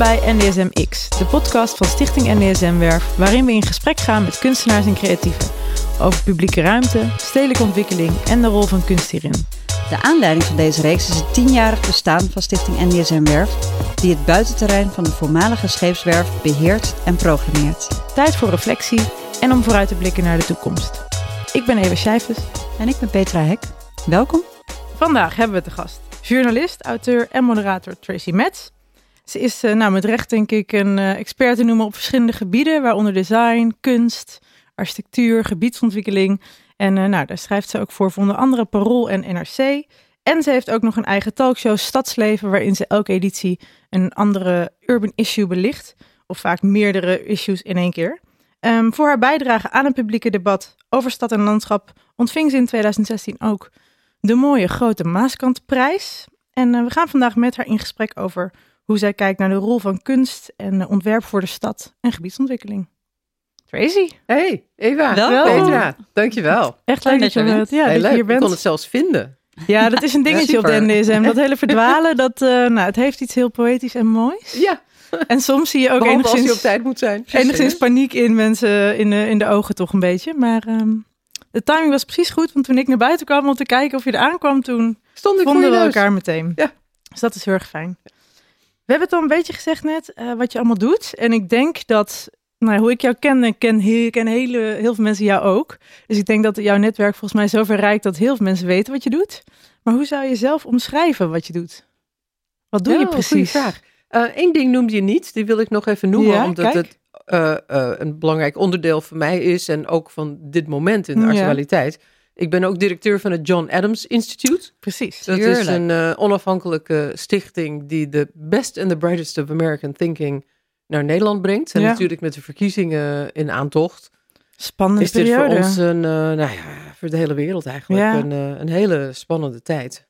bij NDSM-X, de podcast van Stichting NDSM-Werf, waarin we in gesprek gaan met kunstenaars en creatieven over publieke ruimte, stedelijke ontwikkeling en de rol van kunst hierin. De aanleiding van deze reeks is het 10-jarig bestaan van Stichting NDSM-Werf, die het buitenterrein van de voormalige scheepswerf beheert en programmeert. Tijd voor reflectie en om vooruit te blikken naar de toekomst. Ik ben Eva Schijfes. En ik ben Petra Hek. Welkom. Vandaag hebben we te gast journalist, auteur en moderator Tracy Metz. Ze is met recht denk ik een expert te noemen op verschillende gebieden, waaronder design, kunst, architectuur, gebiedsontwikkeling. En daar schrijft ze ook voor onder andere Parool en NRC. En ze heeft ook nog een eigen talkshow Stadsleven, waarin ze elke editie een andere urban issue belicht. Of vaak meerdere issues in één keer. Voor haar bijdrage aan het publieke debat over stad en landschap ontving ze in 2016 ook de mooie Grote Maaskantprijs. En we gaan vandaag met haar in gesprek over hoe zij kijkt naar de rol van kunst en ontwerp voor de stad en gebiedsontwikkeling. Tracy. Hey, Eva. Welkom. Petra, dankjewel. Echt leuk dat je leuk. hier bent. Ik kon het zelfs vinden. Ja, dat is een dingetje op de NDSM. Dat hele verdwalen, het heeft iets heel poëtisch en moois. Ja. En soms zie je ook Behalve als je enigszins, op tijd moet zijn. enigszins paniek in mensen in de ogen toch een beetje. Maar de timing was precies goed, want toen ik naar buiten kwam om te kijken of je er aankwam, toen vonden we elkaar meteen. Ja. Dus dat is heel erg fijn. We hebben het al een beetje gezegd net, wat je allemaal doet. En ik denk dat, hoe ik jou ken heel veel mensen jou ook. Dus ik denk dat jouw netwerk volgens mij zo verrijkt dat heel veel mensen weten wat je doet. Maar hoe zou je zelf omschrijven wat je doet? Wat doe je precies? Goeie vraag. Eén ding noemde je niet, die wil ik nog even noemen, omdat het een belangrijk onderdeel van mij is en ook van dit moment in de actualiteit. Ik ben ook directeur van het John Adams Institute. Precies. Dat is een onafhankelijke stichting die de best and the brightest of American thinking naar Nederland brengt. En natuurlijk met de verkiezingen in aantocht. Spannende periode. Is dit periode. voor ons voor de hele wereld eigenlijk een hele spannende tijd.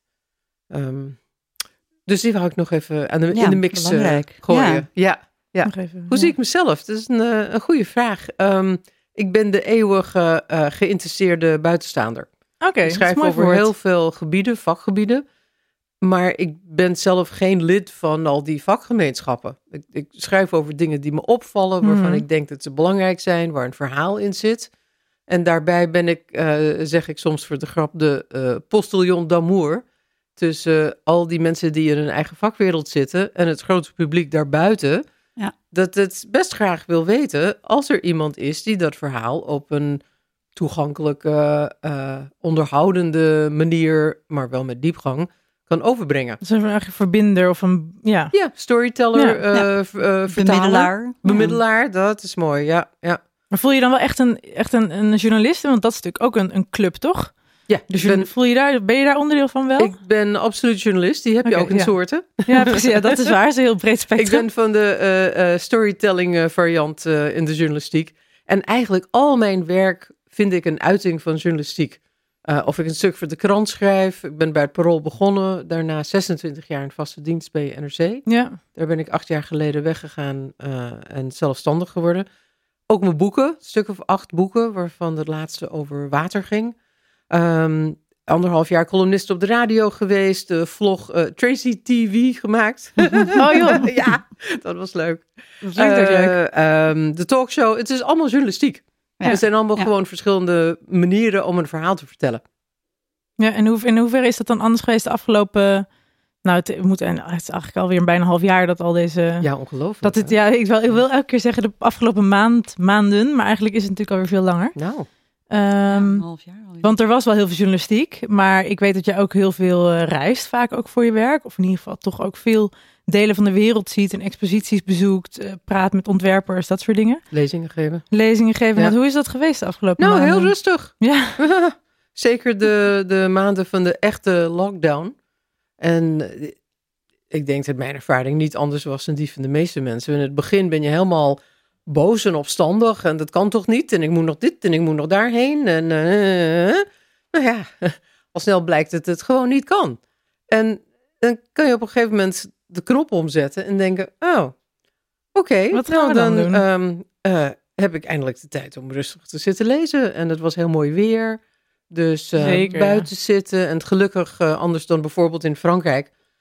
Dus die wou ik nog even in de mix gooien. Ja. Hoe zie ik mezelf? Dat is een goede vraag. Ik ben de eeuwige geïnteresseerde buitenstaander. Okay, ik schrijf over heel veel gebieden, vakgebieden. Maar ik ben zelf geen lid van al die vakgemeenschappen. Ik schrijf over dingen die me opvallen, waarvan ik denk dat ze belangrijk zijn, waar een verhaal in zit. En daarbij ben ik, zeg ik soms voor de grap, de postillon d'amour tussen al die mensen die in hun eigen vakwereld zitten en het grote publiek daarbuiten. Ja. Dat het best graag wil weten als er iemand is die dat verhaal op een toegankelijke, onderhoudende manier, maar wel met diepgang, kan overbrengen. Dat is een verbinder of een... Ja, storyteller, vertaler. Bemiddelaar, dat is mooi, ja. Maar voel je dan wel echt een journalist? Want dat is natuurlijk ook een club, toch? Ja. Dus ben je daar onderdeel van wel? Ik ben absoluut journalist. Die heb je ook in soorten. Ja, precies. Ja, dat is waar. Het is een heel breed spectrum. Ik ben van de storytelling variant in de journalistiek. En eigenlijk al mijn werk vind ik een uiting van journalistiek. Of ik een stuk voor de krant schrijf. Ik ben bij het Parool begonnen. Daarna 26 jaar in vaste dienst bij NRC. Ja. Daar ben ik 8 jaar geleden weggegaan en zelfstandig geworden. Ook mijn boeken. Een stuk of 8 boeken, waarvan de laatste over water ging. 1,5 jaar columnist op de radio geweest. De vlog Tracy TV gemaakt. Oh joh. Ja, dat was leuk. Dat klinkt leuk. De talkshow. Het is allemaal journalistiek. Ja. Het zijn allemaal gewoon verschillende manieren om een verhaal te vertellen. Ja, en in hoeverre is dat dan anders geweest de afgelopen... het is eigenlijk alweer bijna een half jaar dat al deze... Ja, ongelooflijk. Ik wil elke keer zeggen de afgelopen maanden, maar eigenlijk is het natuurlijk alweer veel langer. Nou... een half jaar alweer. Want er was wel heel veel journalistiek, maar ik weet dat jij ook heel veel reist, vaak ook voor je werk. Of in ieder geval toch ook veel delen van de wereld ziet en exposities bezoekt, praat met ontwerpers, dat soort dingen. Lezingen geven. Ja. Want hoe is dat geweest de afgelopen maanden? Heel rustig. Ja. Zeker de maanden van de echte lockdown. En ik denk dat mijn ervaring niet anders was dan die van de meeste mensen. In het begin ben je helemaal boos en opstandig en dat kan toch niet? En ik moet nog dit en ik moet nog daarheen. En al snel blijkt dat het gewoon niet kan. En dan kan je op een gegeven moment de knop omzetten en denken, oké, wat gaan we dan doen? Heb ik eindelijk de tijd om rustig te zitten lezen. En het was heel mooi weer. Dus buiten zitten. En gelukkig, anders dan bijvoorbeeld in Frankrijk,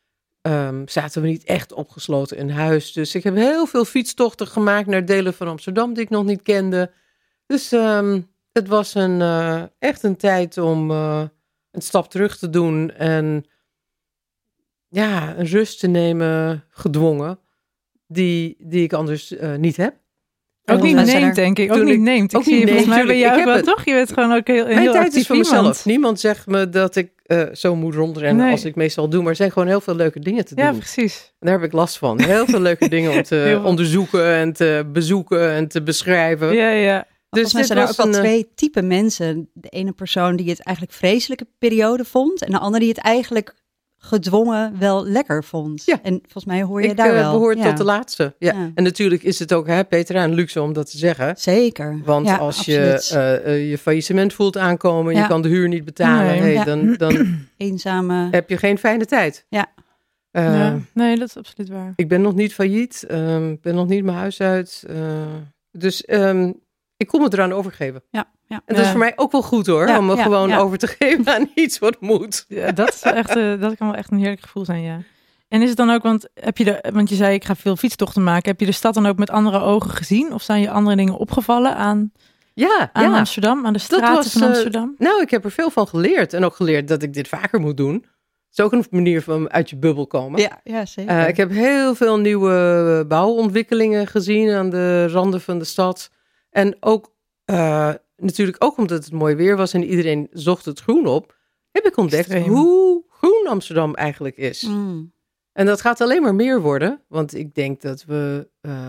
zaten we niet echt opgesloten in huis. Dus ik heb heel veel fietstochten gemaakt naar delen van Amsterdam die ik nog niet kende. Dus het was echt een tijd om een stap terug te doen en een rust te nemen, gedwongen, die ik anders niet heb. Ook niet neemt, denk ik. Ook niet neemt. Ik zie je volgens mij bij jou ook wel, toch? Je bent gewoon ook heel mijn tijd actief is voor mezelf. Niemand zegt me dat ik zo moet rondrennen als ik meestal doe. Maar er zijn gewoon heel veel leuke dingen te doen. Ja, precies. En daar heb ik last van. Heel veel leuke dingen om te onderzoeken en te bezoeken en te beschrijven. Ja. Dus er zijn ook wel twee typen mensen. De ene persoon die het eigenlijk vreselijke periode vond. En de andere die het eigenlijk gedwongen wel lekker vond. Ja. En volgens mij hoor je daar wel. Ik behoor tot de laatste. Ja. En natuurlijk is het ook, Petra, een luxe om dat te zeggen. Zeker. Want als je faillissement voelt aankomen, je kan de huur niet betalen, dan eenzame. Heb je geen fijne tijd. Ja. Nee, dat is absoluut waar. Ik ben nog niet failliet. Ben nog niet mijn huis uit. Dus ik kon me eraan overgeven. Ja. En dat is voor mij ook wel goed hoor, om me gewoon over te geven aan iets wat moet. Ja, dat is echt, dat kan wel echt een heerlijk gevoel zijn, ja. En is het dan ook, want je zei ik ga veel fietstochten maken. Heb je de stad dan ook met andere ogen gezien? Of zijn je andere dingen opgevallen aan Amsterdam, aan de straten van Amsterdam? Ik heb er veel van geleerd. En ook geleerd dat ik dit vaker moet doen. Het is ook een manier van uit je bubbel komen. Ja, zeker. Ik heb heel veel nieuwe bouwontwikkelingen gezien aan de randen van de stad. En ook natuurlijk ook omdat het mooi weer was en iedereen zocht het groen op, heb ik ontdekt hoe groen Amsterdam eigenlijk is. En dat gaat alleen maar meer worden, want ik denk dat we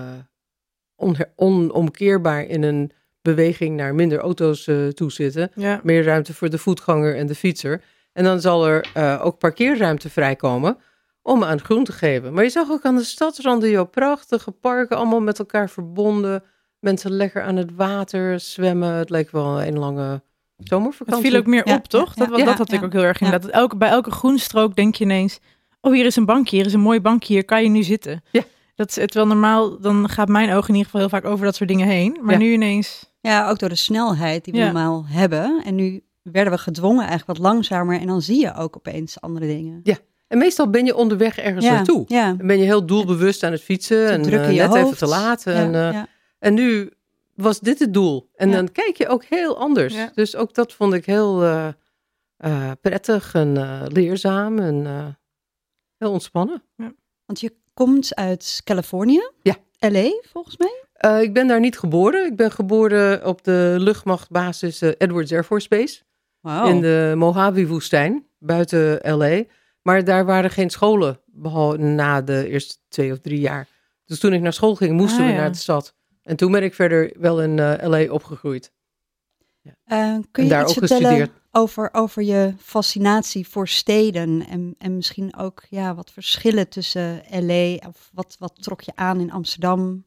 onomkeerbaar in een beweging naar minder auto's toe zitten. Ja. Meer ruimte voor de voetganger en de fietser. En dan zal er ook parkeerruimte vrijkomen om aan groen te geven. Maar je zag ook aan de stadsranden, prachtige parken, allemaal met elkaar verbonden. Mensen lekker aan het water zwemmen. Het leek wel een lange zomervakantie. Het viel ook meer op, toch? Dat had ik ook heel erg in. Dat bij elke groenstrook denk je ineens, hier is een bankje, hier is een mooi bankje, hier kan je nu zitten. Ja. Dat is het wel normaal, dan gaat mijn oog in ieder geval heel vaak over dat soort dingen heen. Maar nu ineens... Ja, ook door de snelheid die we normaal hebben. En nu werden we gedwongen eigenlijk wat langzamer en dan zie je ook opeens andere dingen. Ja. En meestal ben je onderweg ergens naartoe. Ja. Dan ben je heel doelbewust aan het fietsen en net even te laat. En nu was dit het doel. En dan kijk je ook heel anders. Ja. Dus ook dat vond ik heel prettig en leerzaam en heel ontspannen. Ja. Want je komt uit Californië? Ja. LA, volgens mij? Ik ben daar niet geboren. Ik ben geboren op de luchtmachtbasis Edwards Air Force Base. Wow. In de Mojave-woestijn, buiten LA. Maar daar waren geen scholen, behalve na de eerste 2 of 3 jaar. Dus toen ik naar school ging, moesten we naar de stad. En toen ben ik verder wel in LA opgegroeid. Ja. Kun je daar iets ook vertellen over je fascinatie voor steden? En misschien ook wat verschillen tussen LA of wat trok je aan in Amsterdam?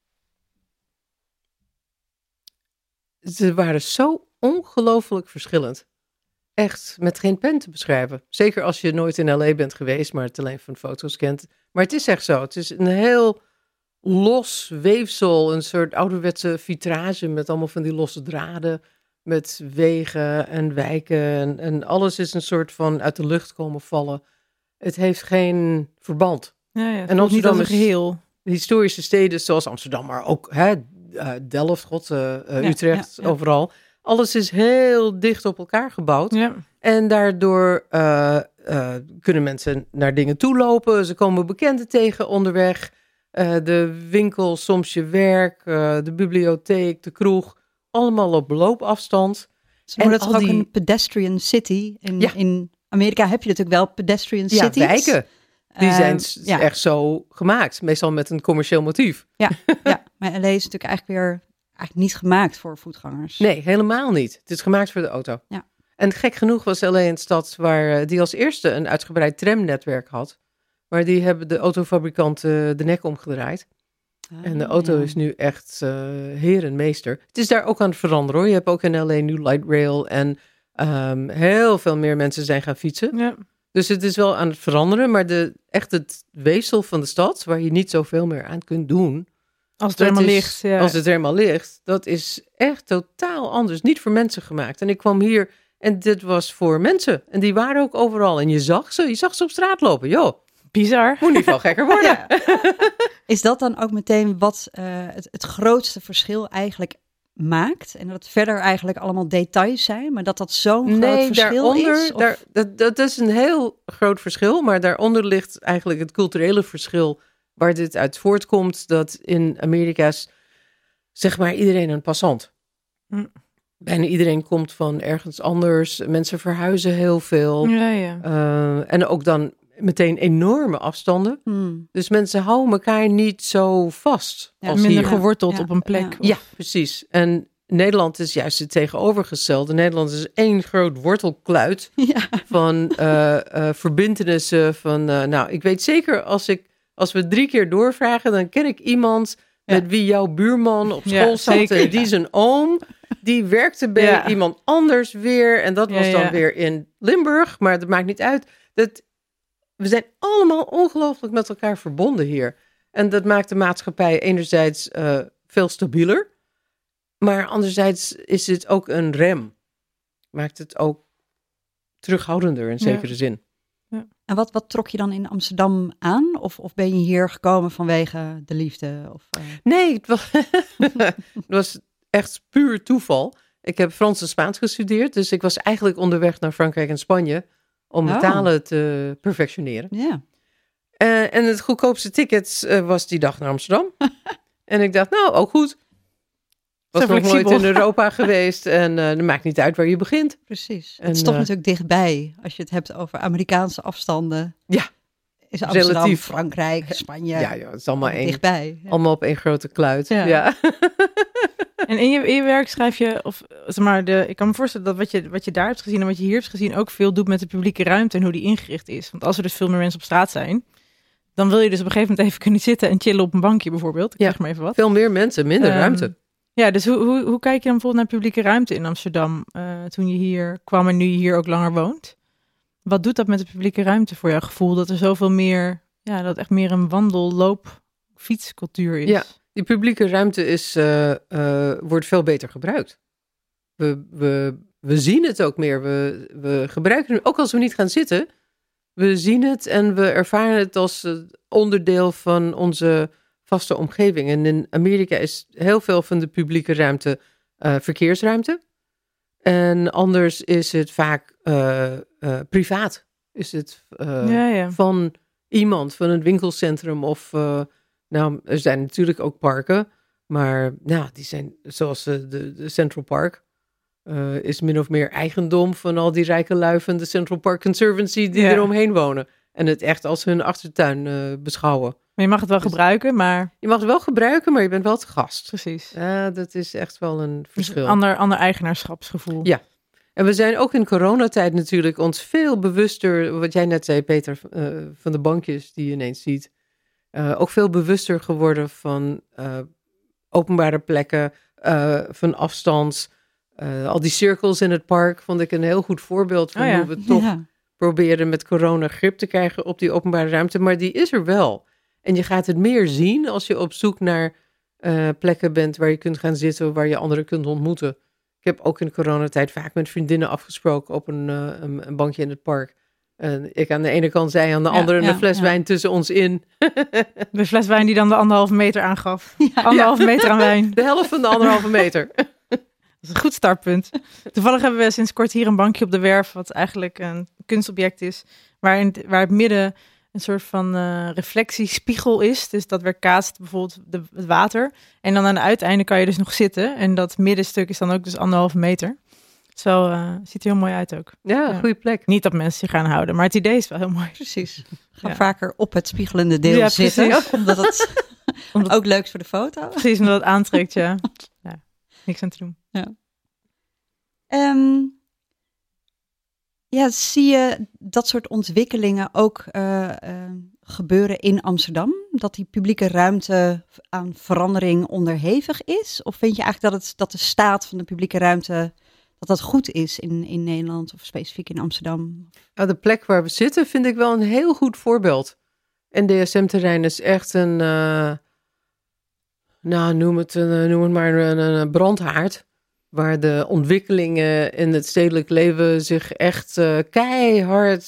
Ze waren zo ongelooflijk verschillend. Echt met geen pen te beschrijven. Zeker als je nooit in LA bent geweest, maar het alleen van foto's kent. Maar het is echt zo. Het is een heel los weefsel, een soort ouderwetse vitrage met allemaal van die losse draden, met wegen en wijken en alles is een soort van uit de lucht komen vallen. Het heeft geen verband. Ja, en Amsterdam is geheel. Historische steden zoals Amsterdam, maar ook Delft, Utrecht, overal. Alles is heel dicht op elkaar gebouwd. Ja. En daardoor kunnen mensen naar dingen toe lopen. Ze komen bekenden tegen onderweg. De winkel, soms je werk, de bibliotheek, de kroeg. Allemaal op loopafstand. En dat is ook een pedestrian city. In Amerika heb je natuurlijk wel pedestrian cities. Ja, wijken. Die zijn echt zo gemaakt. Meestal met een commercieel motief. Ja, maar LA is natuurlijk eigenlijk niet gemaakt voor voetgangers. Nee, helemaal niet. Het is gemaakt voor de auto. Ja. En gek genoeg was LA een stad die als eerste een uitgebreid tramnetwerk had. Maar die hebben de autofabrikanten de nek omgedraaid. En de auto is nu echt heer en meester. Het is daar ook aan het veranderen hoor. Je hebt ook in LA nu light rail en heel veel meer mensen zijn gaan fietsen. Ja. Dus het is wel aan het veranderen, maar het weefsel van de stad, waar je niet zoveel meer aan kunt doen. Als het er helemaal ligt, dat is echt totaal anders. Niet voor mensen gemaakt. En ik kwam hier en dit was voor mensen. En die waren ook overal. En je zag ze op straat lopen, joh. Bizar. Moet niet veel gekker worden. Ja. Is dat dan ook meteen wat het grootste verschil eigenlijk maakt? En dat het verder eigenlijk allemaal details zijn, maar dat zo'n groot verschil is? Dat is een heel groot verschil, maar daaronder ligt eigenlijk het culturele verschil waar dit uit voortkomt, dat in Amerika's, zeg maar, iedereen een passant. Bijna iedereen komt van ergens anders. Mensen verhuizen heel veel. Ja. En ook dan meteen enorme afstanden. Dus mensen houden elkaar niet zo vast. Ja, minder geworteld op een plek. Ja, precies. En Nederland is juist het tegenovergestelde. Nederland is één groot wortelkluit van verbintenissen. Ik weet zeker als we 3 keer doorvragen, dan ken ik iemand met wie jouw buurman op school zat. En die zijn oom. Die werkte bij iemand anders weer. En dat was dan weer in Limburg. Maar dat maakt niet uit. We zijn allemaal ongelooflijk met elkaar verbonden hier. En dat maakt de maatschappij enerzijds veel stabieler. Maar anderzijds is het ook een rem. Maakt het ook terughoudender in zekere zin. Ja. En wat trok je dan in Amsterdam aan? Of ben je hier gekomen vanwege de liefde? Nee, het was echt puur toeval. Ik heb Frans en Spaans gestudeerd. Dus ik was eigenlijk onderweg naar Frankrijk en Spanje om de talen te perfectioneren. Ja. En het goedkoopste ticket was die dag naar Amsterdam. En ik dacht, ook goed. Was nog nooit in Europa geweest en het maakt niet uit waar je begint. Precies. Het stopt natuurlijk dichtbij als je het hebt over Amerikaanse afstanden. Ja. Is Amsterdam, relatief. Frankrijk, Spanje. Ja, het is allemaal dichtbij. Ja. Allemaal op één grote kluit. Ja. En in je werk schrijf je, ik kan me voorstellen dat wat je daar hebt gezien en wat je hier hebt gezien ook veel doet met de publieke ruimte en hoe die ingericht is. Want als er dus veel meer mensen op straat zijn, dan wil je dus op een gegeven moment even kunnen zitten en chillen op een bankje bijvoorbeeld. Ik zeg maar even wat. Veel meer mensen, minder ruimte. Ja, dus hoe kijk je dan bijvoorbeeld naar publieke ruimte in Amsterdam toen je hier kwam en nu je hier ook langer woont? Wat doet dat met de publieke ruimte voor jouw gevoel? Dat er zoveel meer, dat het echt meer een wandel, loop, fietscultuur is. Ja, die publieke ruimte wordt veel beter gebruikt. We zien het ook meer. We gebruiken het, ook als we niet gaan zitten. We zien het en we ervaren het als onderdeel van onze vaste omgeving. En in Amerika is heel veel van de publieke ruimte verkeersruimte. En anders is het vaak privaat. Is het van iemand, van een winkelcentrum of... er zijn natuurlijk ook parken, maar die zijn zoals de Central Park. Is min of meer eigendom van al die rijke lui van de Central Park Conservancy die eromheen wonen. En het echt als hun achtertuin beschouwen. Maar je mag het wel gebruiken, maar... Je mag het wel gebruiken, maar je bent wel te gast. Precies. Dat is echt wel een verschil. Dus een ander eigenaarschapsgevoel. Ja. En we zijn ook in coronatijd natuurlijk ons veel bewuster, wat jij net zei, Peter, van de bankjes die je ineens ziet. Ook veel bewuster geworden van openbare plekken, van afstand. Al die cirkels in het park vond ik een heel goed voorbeeld van hoe we toch proberen met corona grip te krijgen op die openbare ruimte. Maar die is er wel. En je gaat het meer zien als je op zoek naar plekken bent waar je kunt gaan zitten, waar je anderen kunt ontmoeten. Ik heb ook in de coronatijd vaak met vriendinnen afgesproken op een bankje in het park. Ik aan de ene kant, zij aan de andere, een fles wijn tussen ons in. De fles wijn die dan de 1,5 meter aangaf. 1,5 meter aan wijn. De helft van de 1,5 meter. Dat is een goed startpunt. Toevallig hebben we sinds kort hier een bankje op de werf, wat eigenlijk een kunstobject is, waar het midden een soort van reflectiespiegel is. Dus dat weerkaatst bijvoorbeeld het water. En dan aan het uiteinde kan je dus nog zitten. En dat middenstuk is dan ook dus 1,5 meter. Zo ziet er heel mooi uit ook. Ja, goede plek. Niet dat mensen zich gaan houden, maar het idee is wel heel mooi. Precies. Ga vaker op het spiegelende deel zitten. Omdat het ook leuk is voor de foto. Precies, omdat het aantrekt, ja. Niks aan te doen. Ja. Zie je dat soort ontwikkelingen ook gebeuren in Amsterdam? Dat die publieke ruimte aan verandering onderhevig is? Of vind je eigenlijk dat de staat van de publieke ruimte, dat goed is in Nederland of specifiek in Amsterdam? Nou, de plek waar we zitten vind ik wel een heel goed voorbeeld. NDSM-terrein is echt een, noem het maar een brandhaard. Waar de ontwikkelingen in het stedelijk leven zich echt keihard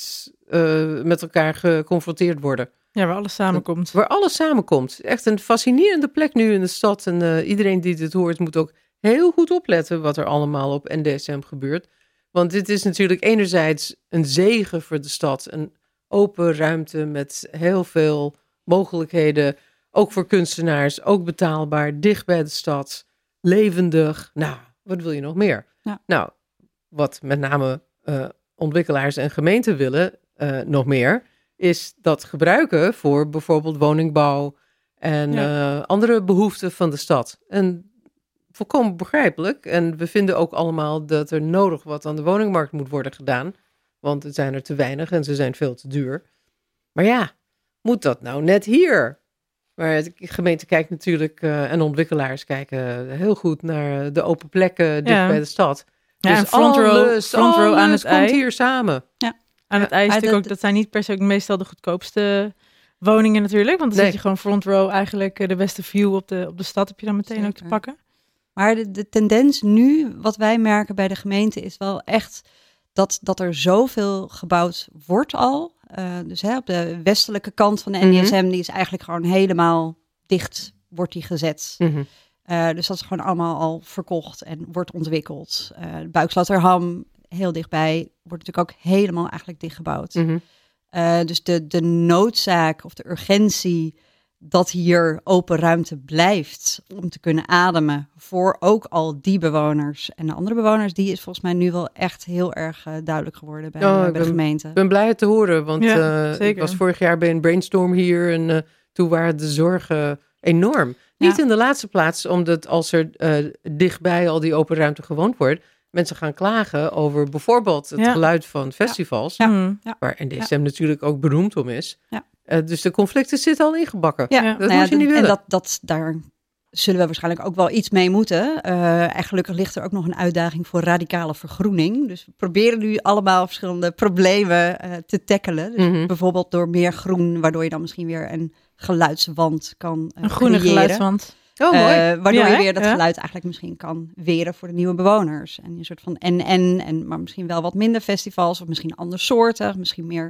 met elkaar geconfronteerd worden. Ja, waar alles samenkomt. Waar alles samenkomt. Echt een fascinerende plek nu in de stad. En iedereen die dit hoort moet ook heel goed opletten wat er allemaal op NDSM gebeurt. Want dit is natuurlijk enerzijds een zegen voor de stad. Een open ruimte met heel veel mogelijkheden. Ook voor kunstenaars, ook betaalbaar, dicht bij de stad, levendig. Nou, wat wil je nog meer? Ja. Nou, wat met name ontwikkelaars en gemeenten willen nog meer, is dat gebruiken voor bijvoorbeeld woningbouw en andere behoeften van de stad. En volkomen begrijpelijk. En we vinden ook allemaal dat er nodig wat aan de woningmarkt moet worden gedaan. Want het zijn er te weinig en ze zijn veel te duur. Maar ja, moet dat nou net hier? Maar de gemeente kijkt natuurlijk en ontwikkelaars kijken heel goed naar de open plekken dicht bij de stad. Ja, dus front row aan het komt hier samen. Ja. Aan het ijs natuurlijk ook, dat zijn niet per se ook meestal de goedkoopste woningen natuurlijk. Want dan zit je gewoon front row eigenlijk de beste view op de stad heb je dan meteen ook te pakken. Maar de tendens nu, wat wij merken bij de gemeente, is wel echt dat er zoveel gebouwd wordt al. Dus op de westelijke kant van de NDSM, die is eigenlijk gewoon helemaal dicht, wordt die gezet. Mm-hmm. Dus dat is gewoon allemaal al verkocht en wordt ontwikkeld. Buiksloterham, heel dichtbij, wordt natuurlijk ook helemaal eigenlijk dichtgebouwd. Mm-hmm. Dus de noodzaak of de urgentie dat hier open ruimte blijft om te kunnen ademen voor ook al die bewoners en de andere bewoners, die is volgens mij nu wel echt heel erg duidelijk geworden bij de gemeente. Ik ben blij het te horen, want ik was vorig jaar bij een brainstorm hier en toen waren de zorgen enorm. Niet in de laatste plaats, omdat als er dichtbij al die open ruimte gewoond wordt, mensen gaan klagen over bijvoorbeeld het geluid van festivals, waar NDSM natuurlijk ook beroemd om is. Ja. Dus de conflicten zitten al ingebakken. Dat moet je niet willen. En daar zullen we waarschijnlijk ook wel iets mee moeten. En gelukkig ligt er ook nog een uitdaging voor radicale vergroening. Dus we proberen nu allemaal verschillende problemen te tackelen. Dus bijvoorbeeld door meer groen, waardoor je dan misschien weer een geluidswand kan een groene creëren. Geluidswand. Oh, mooi. Waardoor je weer dat geluid eigenlijk misschien kan weren voor de nieuwe bewoners. En een soort van maar misschien wel wat minder festivals of misschien andersoortig, misschien meer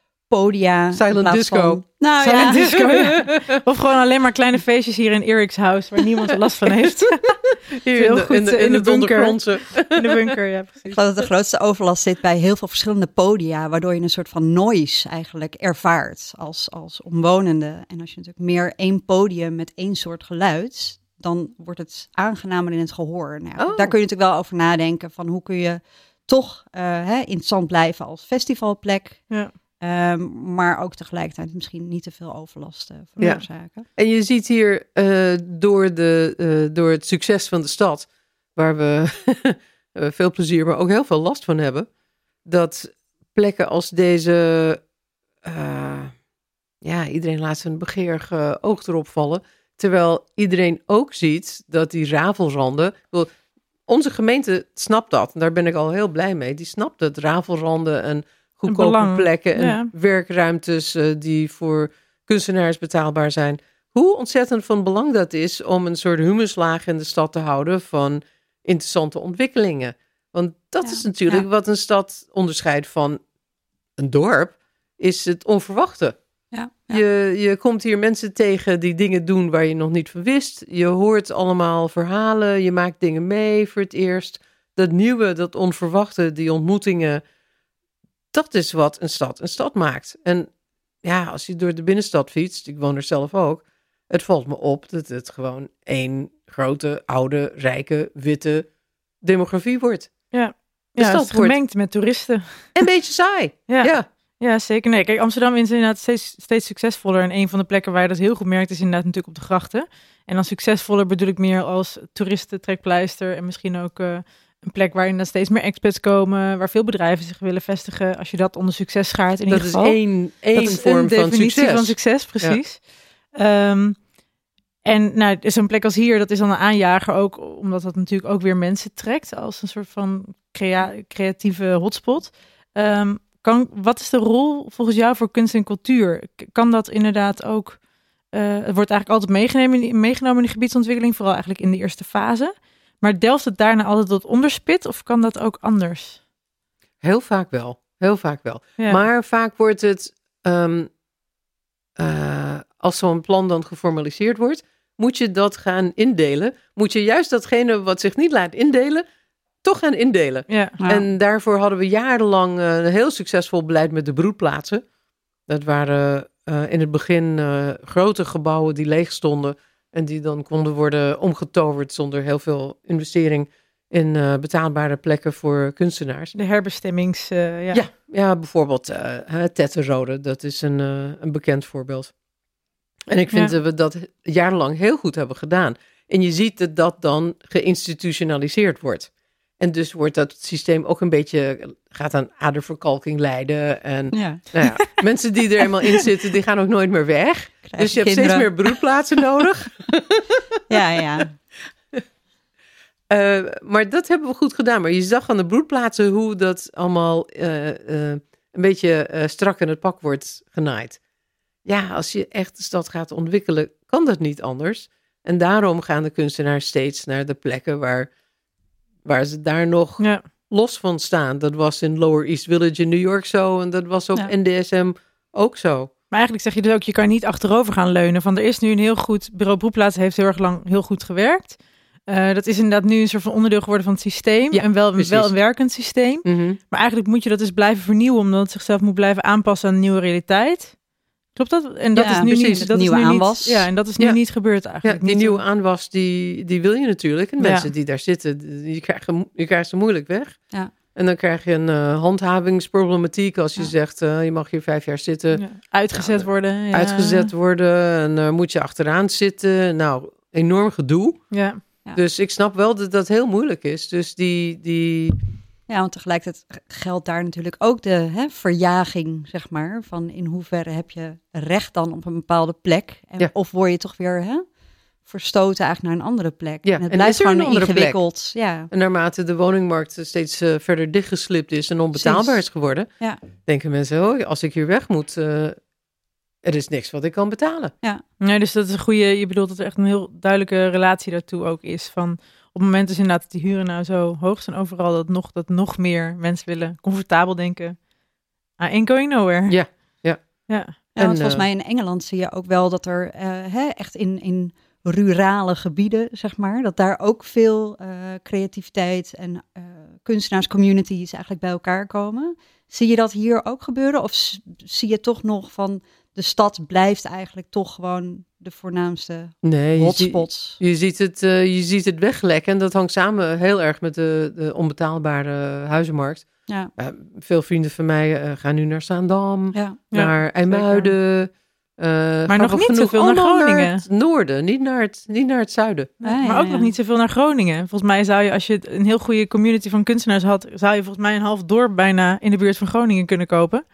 podia. Silent disco. Silent disco, ja. Of gewoon alleen maar kleine feestjes hier in Eric's House, waar niemand er last van heeft. Hier in de bunker. In de bunker, ja, precies. Ik geloof dat de grootste overlast zit bij heel veel verschillende podia, waardoor je een soort van noise eigenlijk ervaart als omwonende. En als je natuurlijk meer één podium met één soort geluid, dan wordt het aangenamer in het gehoor. Nou, daar kun je natuurlijk wel over nadenken van hoe kun je toch interessant blijven als festivalplek. Ja. Maar ook tegelijkertijd misschien niet te veel overlast veroorzaken. Ja. En je ziet hier door het succes van de stad, waar we veel plezier, maar ook heel veel last van hebben, dat plekken als deze, iedereen laat zijn begeerige oog erop vallen, terwijl iedereen ook ziet dat die rafelranden, onze gemeente snapt dat, en daar ben ik al heel blij mee, die snapt dat rafelranden en goedkope plekken en werkruimtes die voor kunstenaars betaalbaar zijn. Hoe ontzettend van belang dat is om een soort humuslaag in de stad te houden van interessante ontwikkelingen. Want dat is natuurlijk wat een stad onderscheidt van een dorp, is het onverwachte. Ja. Je komt hier mensen tegen die dingen doen waar je nog niet van wist. Je hoort allemaal verhalen, je maakt dingen mee voor het eerst. Dat nieuwe, dat onverwachte, die ontmoetingen, dat is wat een stad maakt. En ja, als je door de binnenstad fietst, ik woon er zelf ook, het valt me op dat het gewoon één grote, oude, rijke, witte demografie wordt. Ja, de stad wordt gemengd met toeristen. Een beetje saai. Ja, zeker. Nee, kijk, Amsterdam is inderdaad steeds succesvoller. En een van de plekken waar je dat heel goed merkt is inderdaad natuurlijk op de grachten. En dan succesvoller bedoel ik meer als toeristentrekpleister en misschien ook een plek waar inderdaad steeds meer expats komen, waar veel bedrijven zich willen vestigen. Als je dat onder succes schaart in ieder geval. Dat is één vorm van succes. Van succes, precies. Ja. En nou, zo'n plek als hier, dat is dan een aanjager ook, omdat dat natuurlijk ook weer mensen trekt als een soort van creatieve hotspot. Wat is de rol volgens jou voor kunst en cultuur? Kan dat inderdaad ook, het wordt eigenlijk altijd meegenomen in de gebiedsontwikkeling, vooral eigenlijk in de eerste fase. Maar delft het daarna altijd tot onderspit of kan dat ook anders? Heel vaak wel. heel vaak wel. Ja. Maar vaak wordt het, als zo'n plan dan geformaliseerd wordt, moet je dat gaan indelen. Moet je juist datgene wat zich niet laat indelen, toch gaan indelen. Ja. En daarvoor hadden we jarenlang een heel succesvol beleid met de broedplaatsen. Dat waren in het begin grote gebouwen die leeg stonden en die dan konden worden omgetoverd zonder heel veel investering in betaalbare plekken voor kunstenaars. De herbestemmings... Ja, bijvoorbeeld Tettenrode, dat is een bekend voorbeeld. En ik vind dat we dat jarenlang heel goed hebben gedaan. En je ziet dat dan geïnstitutionaliseerd wordt. En dus wordt dat systeem ook een beetje, gaat aan aderverkalking leiden. En mensen die er eenmaal in zitten, die gaan ook nooit meer weg. Dus je hebt steeds meer broedplaatsen nodig. Ja. Maar dat hebben we goed gedaan. Maar je zag aan de broedplaatsen hoe dat allemaal een beetje strak in het pak wordt genaaid. Ja, als je echt de stad gaat ontwikkelen, kan dat niet anders. En daarom gaan de kunstenaars steeds naar de plekken waar ze daar nog los van staan. Dat was in Lower East Village in New York zo. En dat was op NDSM ook zo. Maar eigenlijk zeg je dus ook, je kan niet achterover gaan leunen. Van er is nu een heel goed bureau broedplaats, heeft heel erg lang heel goed gewerkt. Dat is inderdaad nu een soort van onderdeel geworden van het systeem. Ja, en wel een werkend systeem. Mm-hmm. Maar eigenlijk moet je dat dus blijven vernieuwen, omdat het zichzelf moet blijven aanpassen aan de nieuwe realiteit. Klopt dat? En dat is nu precies, niet. Dat nieuwe is nu aanwas. Niet, en dat is nu niet gebeurd eigenlijk. Ja, die nieuwe aanwas, die wil je natuurlijk. En mensen die daar zitten, je krijgt ze moeilijk weg. Ja. En dan krijg je een handhavingsproblematiek als je zegt, je mag hier 5 jaar zitten. Ja. Uitgezet worden. Ja. Uitgezet worden en moet je achteraan zitten. Nou, enorm gedoe. Ja. Dus ik snap wel dat dat heel moeilijk is. Dus die... Ja, want tegelijkertijd geldt daar natuurlijk ook de verjaging, zeg maar. Van in hoeverre heb je recht dan op een bepaalde plek? Of word je toch weer verstoten eigenlijk naar een andere plek? Ja, en het blijft gewoon ingewikkeld. Ja. En naarmate de woningmarkt steeds verder dichtgeslipt is en onbetaalbaar is geworden, denken mensen, als ik hier weg moet, er is niks wat ik kan betalen. Ja, dus dat is een goede, je bedoelt dat er echt een heel duidelijke relatie daartoe ook is van... Op het moment is inderdaad dat die huren nou zo hoog zijn overal, dat nog meer mensen willen comfortabel denken. I ain't going nowhere. Ja, want volgens mij in Engeland zie je ook wel dat er echt in rurale gebieden, zeg maar, dat daar ook veel creativiteit en kunstenaarscommunities eigenlijk bij elkaar komen. Zie je dat hier ook gebeuren? Of zie je toch nog van de stad blijft eigenlijk toch gewoon de voornaamste hotspots? Je ziet het weglekken en dat hangt samen heel erg met de onbetaalbare huizenmarkt. Ja. Veel vrienden van mij gaan nu naar Zaandam, naar IJmuiden. Maar nog niet zoveel naar Groningen. Naar het noorden, niet naar het zuiden. Maar ook nog niet zoveel naar Groningen. Volgens mij zou je, als je een heel goede community van kunstenaars had, zou je volgens mij een half dorp bijna in de buurt van Groningen kunnen kopen.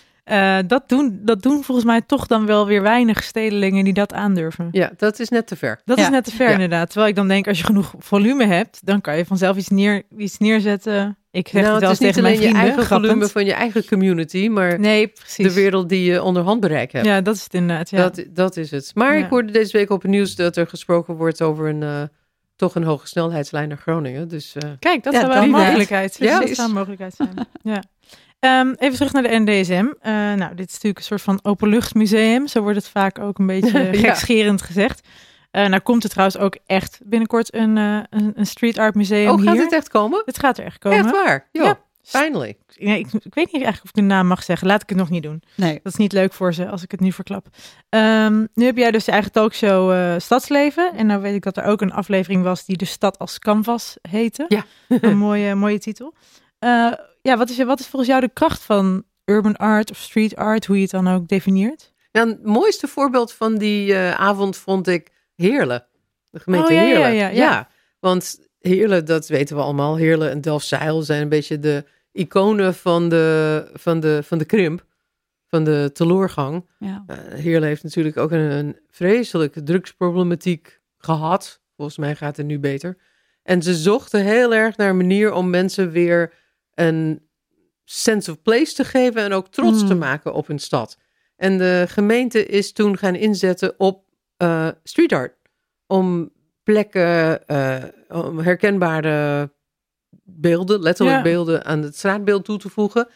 Dat doen volgens mij toch dan wel weer weinig stedelingen die dat aandurven. Ja, dat is net te ver. Dat is net te ver inderdaad. Terwijl ik dan denk, als je genoeg volume hebt, dan kan je vanzelf iets neerzetten. Ik zeg het wel eens tegen mijn vrienden. Het is niet alleen je eigen volume van je eigen community, maar de wereld die je onder handbereik hebt. Ja, dat is het inderdaad. Ja. Dat is het. Maar ik hoorde deze week op het nieuws dat er gesproken wordt over toch een hoge snelheidslijn naar Groningen. Dus, kijk, dat zou wel een mogelijkheid zijn. Dat zou een mogelijkheid zijn. Ja. Even terug naar de NDSM. Dit is natuurlijk een soort van openluchtmuseum. Zo wordt het vaak ook een beetje gekscherend gezegd. Nou komt er trouwens ook echt binnenkort een street art museum hier. Oh, gaat het echt komen? Het gaat er echt komen. Echt waar? Ja. Finally. Ja, ik weet niet eigenlijk of ik de naam mag zeggen. Laat ik het nog niet doen. Nee. Dat is niet leuk voor ze als ik het nu verklap. Nu heb jij dus je eigen talkshow Stadsleven. En nou weet ik dat er ook een aflevering was die De Stad als Canvas heette. Ja. Een mooie titel. Wat is volgens jou de kracht van urban art of street art, hoe je het dan ook definieert? Nou, het mooiste voorbeeld van die avond vond ik Heerlen. De gemeente Heerlen. Ja, want Heerlen, dat weten we allemaal. Heerlen en Delfzijl zijn een beetje de iconen van de krimp, van de teloorgang. Ja. Heerlen heeft natuurlijk ook een vreselijke drugsproblematiek gehad. Volgens mij gaat het nu beter. En ze zochten heel erg naar een manier om mensen weer een sense of place te geven en ook trots te maken op hun stad. En de gemeente is toen gaan inzetten op street art. Om plekken, om herkenbare beelden, letterlijk beelden aan het straatbeeld toe te voegen.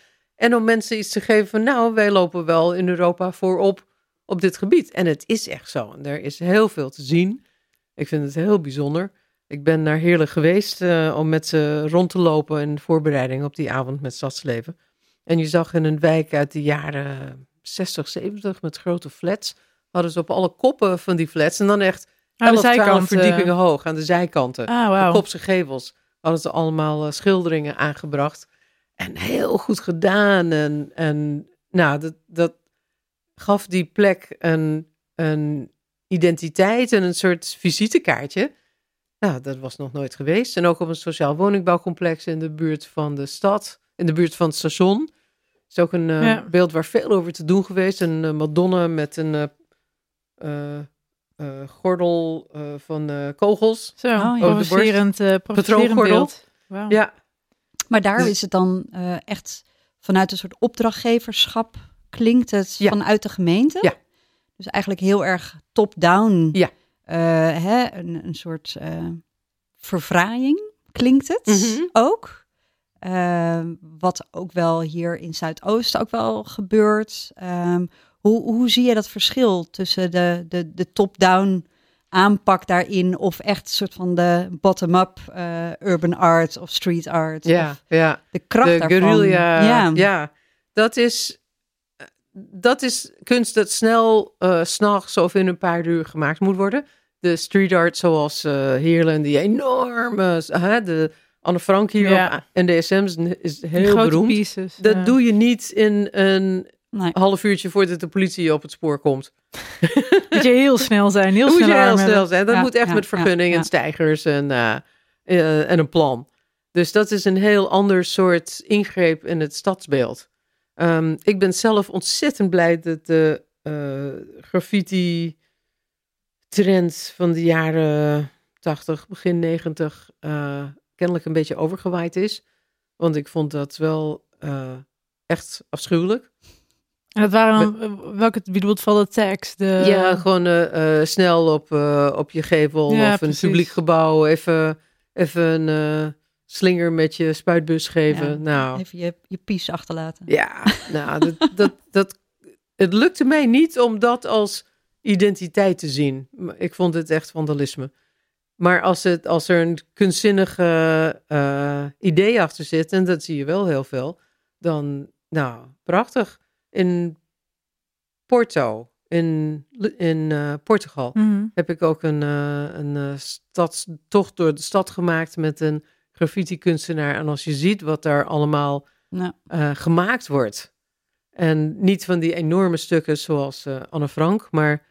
En om mensen iets te geven van, nou, wij lopen wel in Europa voorop op dit gebied. En het is echt zo. En er is heel veel te zien. Ik vind het heel bijzonder. Ik ben naar Heerlen geweest om met ze rond te lopen in voorbereiding op die avond met Stadsleven. En je zag in een wijk uit de jaren 60, 70 met grote flats, hadden ze op alle koppen van die flats en dan echt 11, 12 verdiepingen hoog aan de zijkanten. De kopse gevels hadden ze allemaal schilderingen aangebracht. En heel goed gedaan. En nou, dat gaf die plek een identiteit en een soort visitekaartje. Nou, dat was nog nooit geweest. En ook op een sociaal woningbouwcomplex in de buurt van de stad, in de buurt van het station. Is ook een beeld waar veel over te doen geweest. Een Madonna met een gordel van kogels. Zo, provocerend patroongordel. Wow. Ja. Maar daar is het dan echt vanuit een soort opdrachtgeverschap klinkt het vanuit de gemeente. Ja. Dus eigenlijk heel erg top-down. Ja. Een soort verfraaiing klinkt het ook. Wat ook wel hier in Zuidoosten ook wel gebeurt. Hoe zie je dat verschil tussen de top-down aanpak daarin of echt een soort van de bottom-up urban art of street art? Ja, de kracht de daarvan. Guerrilla, ja. Dat is kunst dat snel 's nachts of in een paar uur gemaakt moet worden. De street art zoals Heerlen, die enorme, de Anne Frank hier op NDSM is heel beroemd. Pieces, dat doe je niet in een half uurtje voordat de politie op het spoor komt. Moet je heel snel zijn, heel snel zijn. Dat moet echt met vergunning en steigers en een plan. Dus dat is een heel ander soort ingreep in het stadsbeeld. Ik ben zelf ontzettend blij dat de graffiti trend van de jaren 80, begin 90 kennelijk een beetje overgewaaid is. Want ik vond dat wel echt afschuwelijk. En dat waren dan, welke bedoelt van de tekst? Ja, gewoon snel op je gevel of een publiek gebouw even een slinger met je spuitbus geven. Ja, nou, even je pies achterlaten. Ja, nou, het lukte mij niet om dat als identiteit te zien. Ik vond het echt vandalisme. Maar als er een kunstzinnige idee achter zit, en dat zie je wel heel veel, dan, nou, prachtig. In Porto, in Portugal, heb ik ook een stadstocht door de stad gemaakt met een graffiti-kunstenaar. En als je ziet wat daar allemaal gemaakt wordt. En niet van die enorme stukken zoals Anne Frank, maar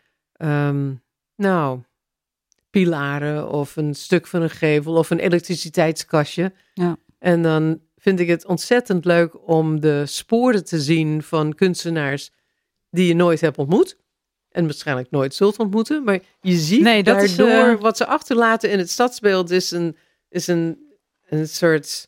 pilaren of een stuk van een gevel of een elektriciteitskastje. Ja. En dan vind ik het ontzettend leuk om de sporen te zien van kunstenaars die je nooit hebt ontmoet. En waarschijnlijk nooit zult ontmoeten. Maar je ziet daardoor wat ze achterlaten in het stadsbeeld is een soort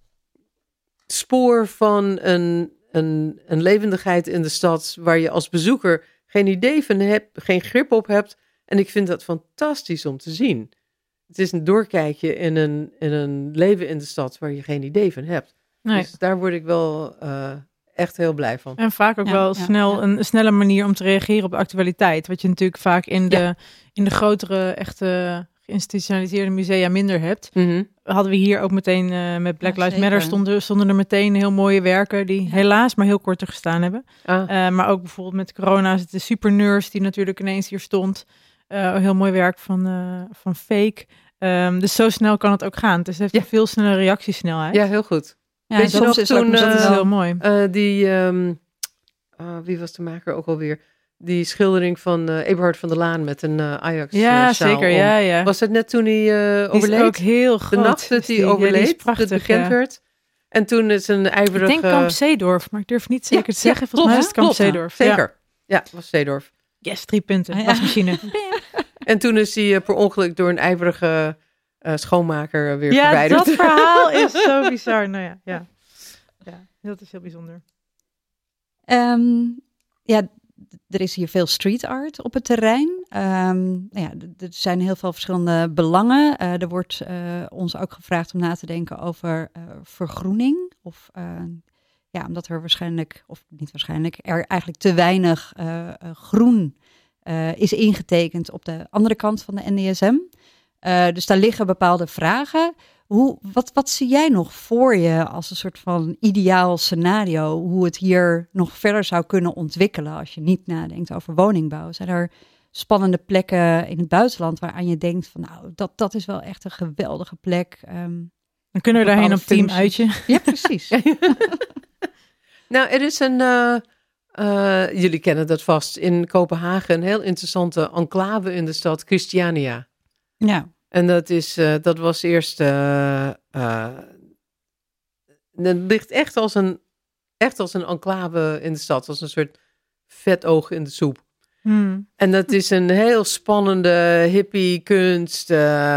spoor van een levendigheid in de stad waar je als bezoeker geen idee van hebt, geen grip op hebt. En ik vind dat fantastisch om te zien. Het is een doorkijkje in een leven in de stad waar je geen idee van hebt. Nee. Dus daar word ik wel echt heel blij van. En vaak ook wel een snelle manier om te reageren op de actualiteit. Wat je natuurlijk vaak in de grotere, echte geïnstitutionaliseerde musea minder hebt. Mm-hmm. Hadden we hier ook meteen met Black Lives Matter stonden er meteen heel mooie werken die helaas maar heel kort er gestaan hebben. Maar ook bijvoorbeeld met corona de Supernurse die natuurlijk ineens hier stond. Heel mooi werk van Fake. Dus zo snel kan het ook gaan. Dus het heeft een veel snelle reactiesnelheid. Ja, heel goed. Ja, weet je nog toen, dat is heel mooi. Wie was de maker ook alweer? Die schildering van Eberhard van der Laan met een Ajax ja, zeker. Ja. Was het net toen hij overleed? Die is ook heel groot. De nacht dat hij overleed, prachtig, dat bekend werd. En toen is een ijverige... Ik denk Kamp Zeedorf, maar ik durf niet zeker te zeggen. Volgens mij is het Kamp Zeedorf. Zeker. Ja, het was Zeedorf. Yes, 3 punten. Wasmachine. En toen is hij per ongeluk door een ijverige schoonmaker weer verwijderd. Ja, dat verhaal is zo bizar. Nou ja, dat is heel bijzonder. Er is hier veel street art op het terrein. Er zijn heel veel verschillende belangen. Er wordt ons ook gevraagd om na te denken over vergroening. Of omdat er waarschijnlijk, of niet waarschijnlijk, er eigenlijk te weinig groen is ingetekend op de andere kant van de NDSM. Dus daar liggen bepaalde vragen. Wat zie jij nog voor je als een soort van ideaal scenario, hoe het hier nog verder zou kunnen ontwikkelen als je niet nadenkt over woningbouw? Zijn er spannende plekken in het buitenland waaraan je denkt van nou, dat is wel echt een geweldige plek. Dan kunnen we daarheen op teamuitje. Ja, precies. Nou, er is jullie kennen dat vast, in Kopenhagen een heel interessante enclave in de stad, Christiania. Ja. En dat was eerst, het ligt echt als een enclave in de stad, als een soort vet oog in de soep. En dat is een heel spannende hippie kunst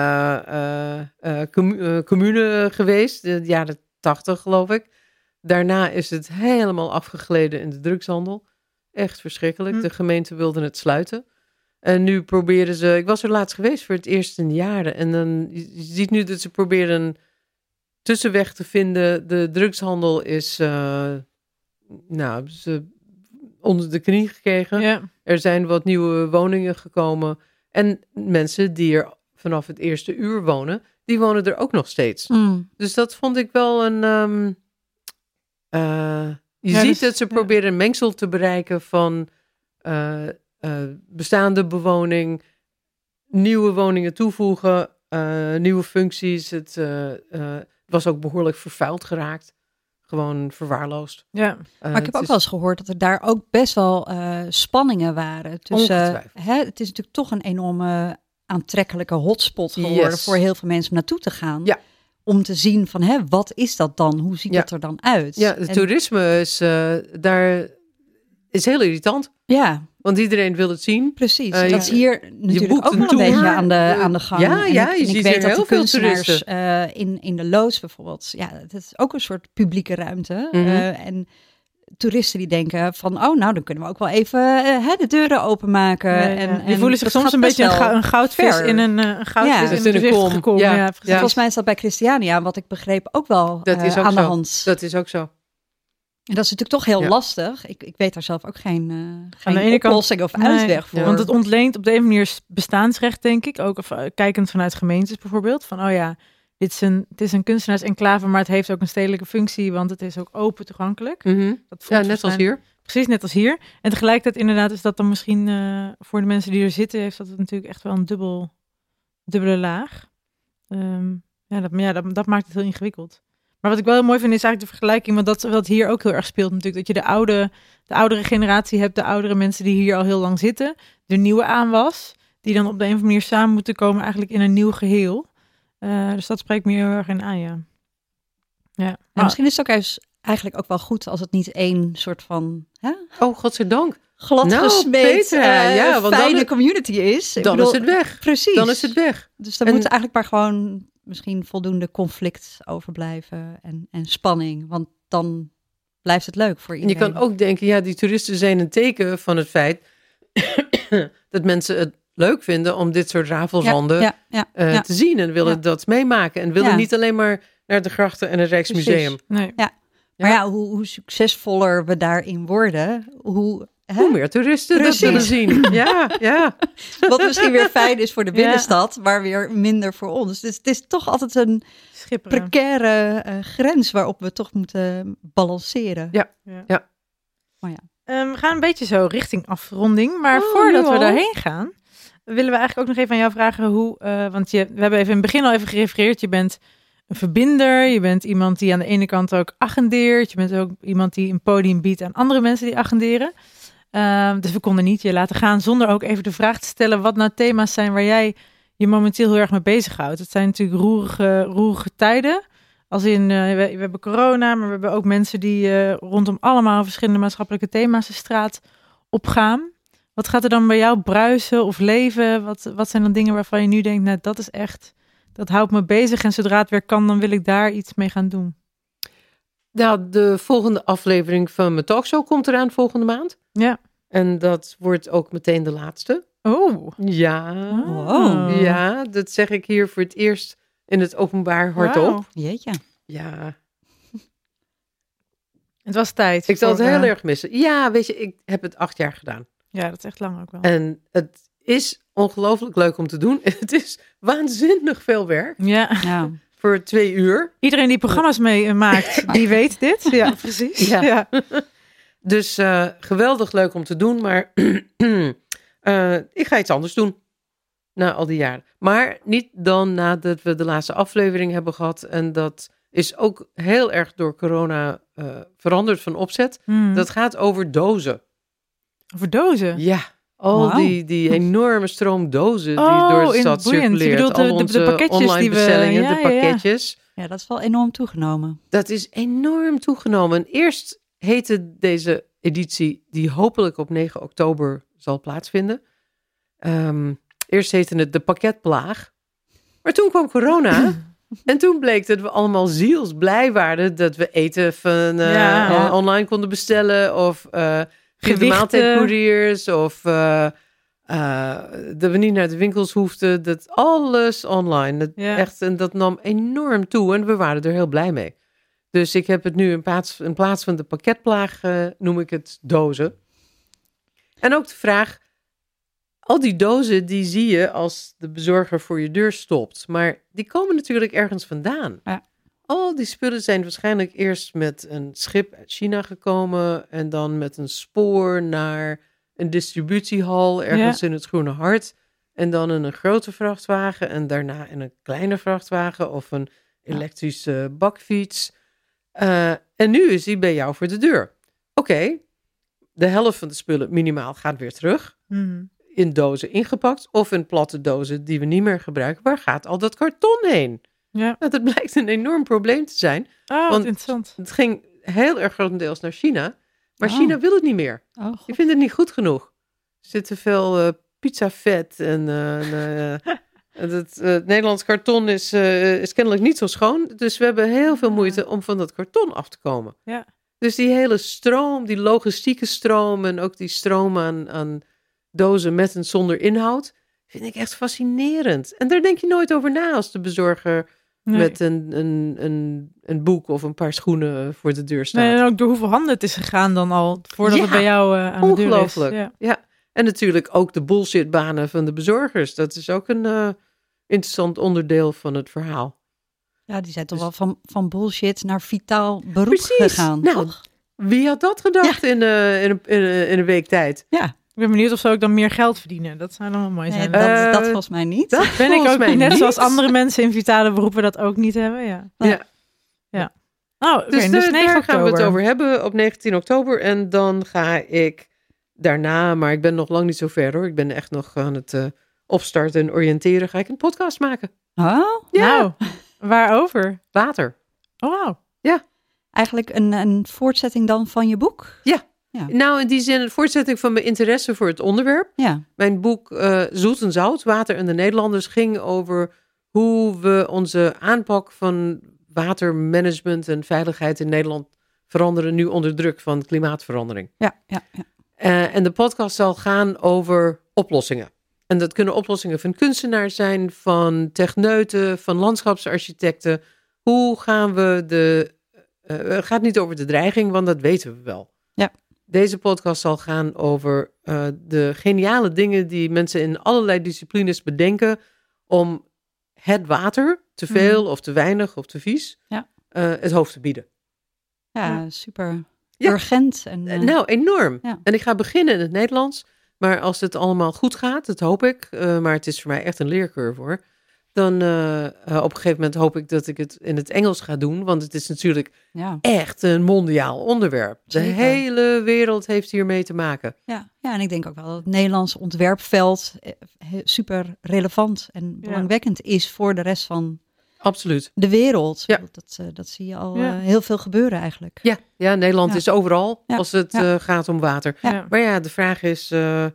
commune geweest, de jaren 80 geloof ik. Daarna is het helemaal afgegleden in de drugshandel. Echt verschrikkelijk. De gemeente wilde het sluiten. En nu proberen ze... Ik was er laatst geweest voor het eerst in jaren. En dan je ziet nu dat ze proberen een tussenweg te vinden. De drugshandel is ze onder de knie gekregen. Ja. Er zijn wat nieuwe woningen gekomen. En mensen die er vanaf het eerste uur wonen, die wonen er ook nog steeds. Dus dat vond ik wel een... Je ziet dat ze proberen een mengsel te bereiken van bestaande bewoning, nieuwe woningen toevoegen, nieuwe functies. Het was ook behoorlijk vervuild geraakt. Gewoon verwaarloosd. Ja. Maar ik heb ook wel eens gehoord dat er daar ook best wel spanningen waren. Tussen, het is natuurlijk toch een enorme aantrekkelijke hotspot geworden voor heel veel mensen om naartoe te gaan. Ja. Om te zien van, wat is dat dan? Hoe ziet dat er dan uit? Ja, toerisme is daar is heel irritant. Ja. Want iedereen wil het zien. Precies. Dat is hier natuurlijk ook wel een beetje aan de gang. Ja, je ziet er heel veel toeristen. In de loods bijvoorbeeld. Ja, het is ook een soort publieke ruimte. En toeristen die denken van, dan kunnen we ook wel even de deuren openmaken. Die voelen zich soms een beetje een goudvis in een goudvis in de kom. Ja, volgens mij is dat bij Christiania, wat ik begreep, ook wel aan de hand. Dat is ook zo. En dat is natuurlijk toch heel lastig. Ik weet daar zelf ook geen oplossing of uitweg voor. Want het ontleent op de een manier bestaansrecht, denk ik. Ook kijkend vanuit gemeentes bijvoorbeeld. Van, het is een kunstenaarsenclave, maar het heeft ook een stedelijke functie, want het is ook open toegankelijk. Net als hier. Precies, net als hier. En tegelijkertijd inderdaad is dat dan misschien voor de mensen die er zitten, heeft dat natuurlijk echt wel een dubbele laag. Dat maakt het heel ingewikkeld. Maar wat ik wel heel mooi vind is eigenlijk de vergelijking, want dat hier ook heel erg speelt natuurlijk. Dat je de oudere generatie hebt, de oudere mensen die hier al heel lang zitten, de nieuwe aanwas, die dan op de een of andere manier samen moeten komen eigenlijk in een nieuw geheel. Dus dat spreekt me heel erg in aan, ja. Maar misschien is het ook eigenlijk ook wel goed als het niet één soort van... Oh, godzijdank. Gladgesmeed, fijne community is. Dan is het weg. Precies. Dan is het weg. Dus er moet eigenlijk maar gewoon misschien voldoende conflict overblijven en spanning. Want dan blijft het leuk voor iedereen. Je kan ook denken, die toeristen zijn een teken van het feit dat mensen het leuk vinden om dit soort rafelzanden te zien en willen dat meemaken. En willen niet alleen maar naar de grachten en het Rijksmuseum. Nee. Ja. Maar hoe succesvoller we daarin worden, hoe meer toeristen dat willen zien. Ja. Wat misschien weer fijn is voor de binnenstad, maar weer minder voor ons. Dus het is toch altijd een precaire grens waarop we toch moeten balanceren. Ja. Maar we gaan een beetje zo richting afronding. Maar voordat we daarheen gaan, willen we eigenlijk ook nog even aan jou vragen hoe... want we hebben even in het begin al even gerefereerd. Je bent een verbinder. Je bent iemand die aan de ene kant ook agendeert. Je bent ook iemand die een podium biedt aan andere mensen die agenderen. Dus we konden niet je laten gaan zonder ook even de vraag te stellen wat nou thema's zijn waar jij je momenteel heel erg mee bezighoudt. Het zijn natuurlijk roerige tijden. Als in, we hebben corona, maar we hebben ook mensen die rondom allemaal verschillende maatschappelijke thema's de straat opgaan. Wat gaat er dan bij jou bruisen of leven? Wat zijn dan dingen waarvan je nu denkt, dat is echt, dat houdt me bezig en zodra het weer kan, dan wil ik daar iets mee gaan doen. Nou, de volgende aflevering van mijn talkshow komt eraan volgende maand. Ja. En dat wordt ook meteen de laatste. Oh. Ja. Wow. Ja, dat zeg ik hier voor het eerst in het openbaar hardop. Jeetje. Ja. Het was tijd. Ik zal het heel erg missen. Ja, weet je, ik heb het 8 jaar gedaan. Ja, dat is echt lang ook wel. En het is ongelooflijk leuk om te doen. Het is waanzinnig veel werk. Ja. Voor 2 uur. Iedereen die programma's mee maakt, die weet dit. Ja, precies. Ja. Dus geweldig leuk om te doen. Maar ik ga iets anders doen. Na al die jaren. Maar niet dan nadat we de laatste aflevering hebben gehad. En dat is ook heel erg door corona veranderd van opzet. Dat gaat over dozen. Over dozen? Ja. Al die enorme stroom dozen die door de stad circuleert. Al onze pakketjes online die bestellingen, de pakketjes. Ja, dat is wel enorm toegenomen. Dat is enorm toegenomen. En eerst heette deze editie, die hopelijk op 9 oktober zal plaatsvinden. Eerst heette het de pakketplaag. Maar toen kwam corona. En toen bleek dat we allemaal zielsblij waren dat we eten van online konden bestellen. Of via de maaltijdcouriers. Of dat we niet naar de winkels hoefden. Dat alles online. Echt, en dat nam enorm toe. En we waren er heel blij mee. Dus ik heb het nu in plaats van de pakketplaag noem ik het dozen. En ook de vraag, al die dozen die zie je als de bezorger voor je deur stopt. Maar die komen natuurlijk ergens vandaan. Ja. Al die spullen zijn waarschijnlijk eerst met een schip uit China gekomen. En dan met een spoor naar een distributiehal ergens in het Groene Hart. En dan in een grote vrachtwagen. En daarna in een kleine vrachtwagen of een elektrische bakfiets. En nu is die bij jou voor de deur. Oké, de helft van de spullen minimaal gaat weer terug. In dozen ingepakt of in platte dozen die we niet meer gebruiken. Waar gaat al dat karton heen? Ja. Nou, dat blijkt een enorm probleem te zijn. Want interessant. Het ging heel erg grotendeels naar China. Maar China wil het niet meer. Die vindt het niet goed genoeg. Er zit te veel pizzavet en het Nederlands karton is kennelijk niet zo schoon. Dus we hebben heel veel moeite om van dat karton af te komen. Ja. Dus die hele stroom, die logistieke stroom en ook die stroom aan dozen met en zonder inhoud, vind ik echt fascinerend. En daar denk je nooit over na als de bezorger met een boek of een paar schoenen voor de deur staat. Nee, en ook door hoeveel handen het is gegaan dan al, voordat het bij jou aan de deur is. Ongelooflijk. Ja. En natuurlijk ook de bullshitbanen van de bezorgers. Dat is ook een interessant onderdeel van het verhaal. Ja, die zijn toch wel van bullshit naar vitaal beroep gegaan. Nou, toch? Wie had dat gedacht in een week tijd? Ja. Ik ben benieuwd of ze ook dan meer geld verdienen. Dat zou dan wel mooi zijn. Dat volgens mij niet. Dat ben ik ook net zoals andere mensen in vitale beroepen dat ook niet hebben. Ja. Oh, dus daar gaan we het over hebben op 19 oktober. En dan ga ik daarna, maar ik ben nog lang niet zo ver hoor. Ik ben echt nog aan het opstarten en oriënteren. Ga ik een podcast maken. Oh? Ja. Nou, waarover? Water. Oh, wow. Ja. Eigenlijk een voortzetting dan van je boek? Ja. Nou, in die zin een voortzetting van mijn interesse voor het onderwerp. Ja. Mijn boek Zoet en Zout, Water en de Nederlanders ging over hoe we onze aanpak van watermanagement en veiligheid in Nederland veranderen nu onder druk van klimaatverandering. Ja. En de podcast zal gaan over oplossingen. En dat kunnen oplossingen van kunstenaars zijn, van techneuten, van landschapsarchitecten. Hoe gaan we het gaat niet over de dreiging, want dat weten we wel. Ja. Deze podcast zal gaan over de geniale dingen die mensen in allerlei disciplines bedenken om het water, te veel of te weinig of te vies, het hoofd te bieden. Ja, super urgent. Nou, enorm. Ja. En ik ga beginnen in het Nederlands, maar als het allemaal goed gaat, dat hoop ik, maar het is voor mij echt een leercurve hoor. Dan op een gegeven moment hoop ik dat ik het in het Engels ga doen. Want het is natuurlijk echt een mondiaal onderwerp. Zeker. De hele wereld heeft hiermee te maken. Ja, en ik denk ook wel dat het Nederlands ontwerpveld super relevant en belangwekkend is voor de rest van de wereld. Ja. Dat zie je al heel veel gebeuren eigenlijk. Ja, Nederland is overal als het gaat om water. Ja. Maar de vraag is,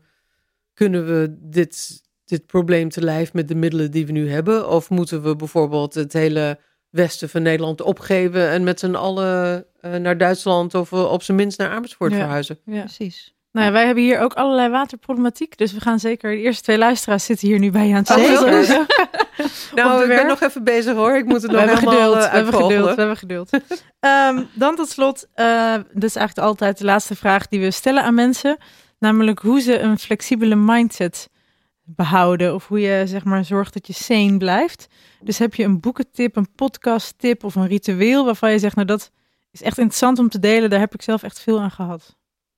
kunnen we dit probleem te lijf met de middelen die we nu hebben? Of moeten we bijvoorbeeld het hele westen van Nederland opgeven en met z'n allen naar Duitsland of op zijn minst naar Amersfoort verhuizen? Ja, precies. Nou, wij hebben hier ook allerlei waterproblematiek, dus we gaan zeker, de eerste 2 luisteraars zitten hier nu bij je aan het tafel. Nou, ik ben nog even bezig hoor. Ik moet het nog helemaal uitvogelen. We hebben geduld. Dan tot slot, dat is eigenlijk altijd de laatste vraag die we stellen aan mensen. Namelijk hoe ze een flexibele mindset behouden. Of hoe je zeg maar zorgt dat je sane blijft. Dus heb je een boekentip, een podcasttip of een ritueel waarvan je zegt, nou dat is echt interessant om te delen. Daar heb ik zelf echt veel aan gehad.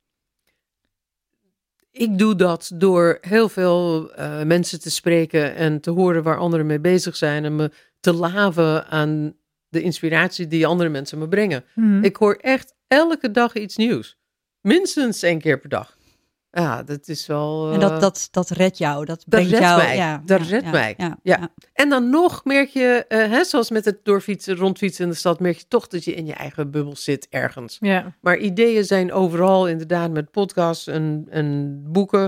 Ik doe dat door heel veel mensen te spreken en te horen waar anderen mee bezig zijn. En me te laven aan de inspiratie die andere mensen me brengen. Ik hoor echt elke dag iets nieuws. Minstens 1 keer per dag. Ja, dat is wel... En dat redt jou. Dat brengt jou... Dat redt mij. Ja. En dan nog merk je, zoals met het rondfietsen in de stad, merk je toch dat je in je eigen bubbel zit ergens. Ja. Maar ideeën zijn overal, inderdaad, met podcasts en boeken.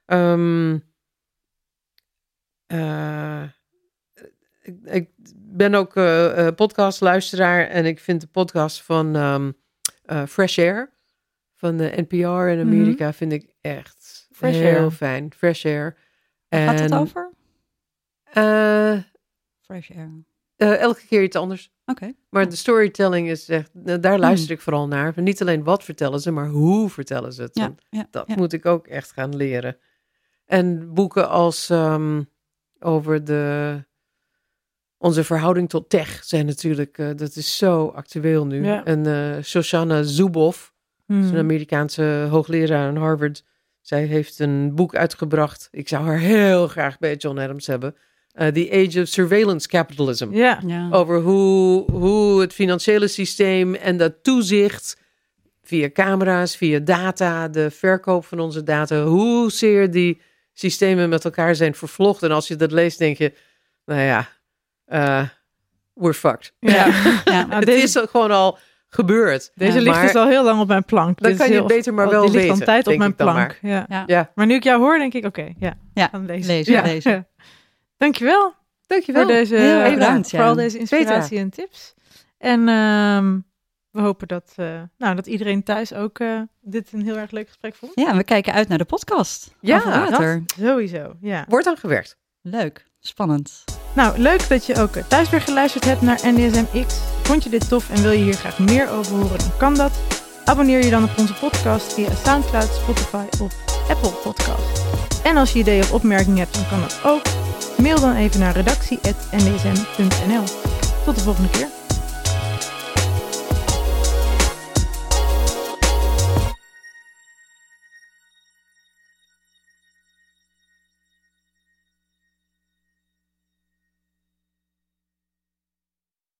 Ik ben ook podcastluisteraar en ik vind de podcast van Fresh Air van de NPR in Amerika vind ik echt heel fijn. Fresh Air. Waar gaat het over? Fresh Air. Elke keer iets anders. Oké. Maar de storytelling is echt, daar luister ik vooral naar. Niet alleen wat vertellen ze, maar hoe vertellen ze het. Dat moet ik ook echt gaan leren. En boeken als over onze verhouding tot tech zijn natuurlijk, dat is zo actueel nu. Ja. En Shoshana Zuboff, is een Amerikaanse hoogleraar aan Harvard. Zij heeft een boek uitgebracht. Ik zou haar heel graag bij John Adams hebben. The Age of Surveillance Capitalism. Ja. Over hoe het financiële systeem en dat toezicht via camera's, via data, de verkoop van onze data, hoezeer die systemen met elkaar zijn vervlochten. En als je dat leest, denk je, nou ja, we're fucked. Ja. Het is gewoon al gebeurd. Deze ligt dus al heel lang op mijn plank. Dan kan je het beter maar wel weten. Die ligt al tijd op mijn plank. Ja. Maar nu ik jou hoor, denk ik, oké, gaan lezen. Dankjewel. Voor deze, bedankt, voor al deze inspiratie en tips. En we hopen dat iedereen thuis ook dit een heel erg leuk gesprek vond. Ja, we kijken uit naar de podcast. Ja, sowieso. Ja. Wordt aan gewerkt. Leuk, spannend. Nou, leuk dat je ook thuis weer geluisterd hebt naar NDSM-X. Vond je dit tof en wil je hier graag meer over horen, dan kan dat. Abonneer je dan op onze podcast via Soundcloud, Spotify of Apple Podcast. En als je ideeën of opmerkingen hebt, dan kan dat ook. Mail dan even naar redactie@ndsm.nl. Tot de volgende keer.